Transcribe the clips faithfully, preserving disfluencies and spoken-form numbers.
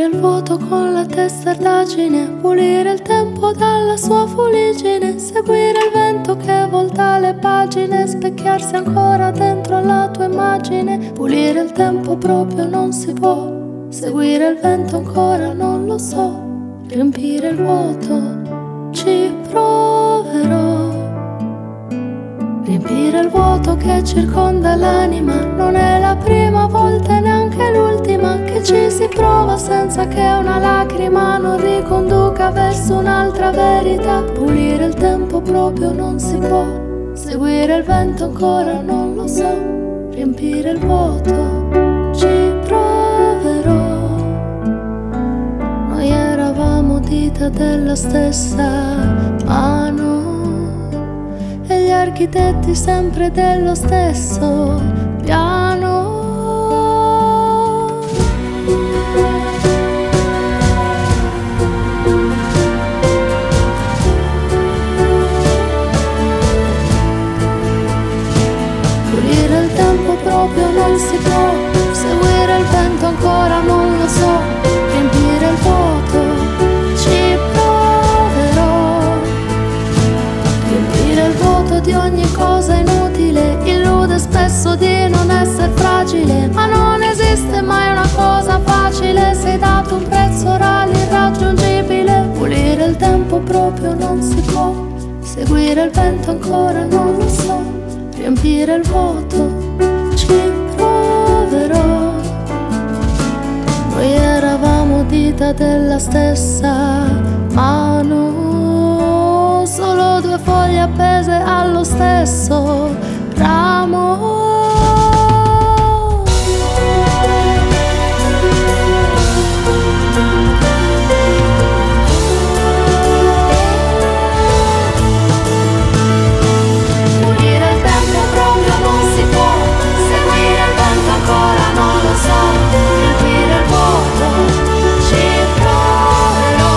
il vuoto con la testardaggine, pulire il tempo dalla sua fuliggine, seguire il vento che volta le pagine, specchiarsi ancora dentro la tua immagine. Pulire il tempo proprio non si può, seguire il vento ancora non lo so, riempire il vuoto ci proverò. Riempire il vuoto che circonda l'anima, non è la prima volta e neanche l'ultima che ci si prova senza che una lacrima non riconduca verso un'altra verità. Pulire il tempo proprio non si può, seguire il vento ancora non lo so, riempire il vuoto ci proverò. Noi eravamo dita della stessa mano e gli architetti sempre dello stesso piano. Pulire il tempo proprio non si può, seguire il vento ancora non lo so, riempire il vuoto ci proverò. Riempire il vuoto di ogni cosa inutile, illude spesso di non essere fragile, ma non esiste mai una cosa facile, sei dato un prezzo orale irraggiungibile. Pulire il tempo proprio non si può, seguire il vento ancora non lo so, riempire il vuoto ci proverò. Noi eravamo dita della stessa mano, solo due foglie appese allo stesso ramo. Pulire il tempo proprio non si può, seguire il vento ancora non lo so, riempire il vuoto ci proverò.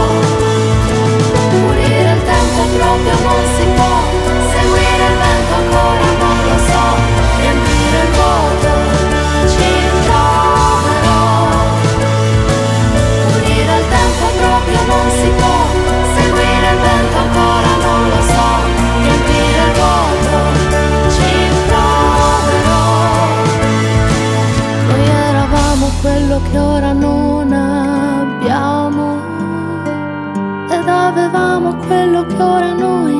Pulire il tempo proprio non si può, seguire il vento ancora non lo so, riempire il vuoto ci proverò. Pulire il tempo proprio non si può, seguire il vento ancora non lo so, riempire il vuoto ci proverò. Noi eravamo quello che ora non abbiamo ed avevamo quello che ora noi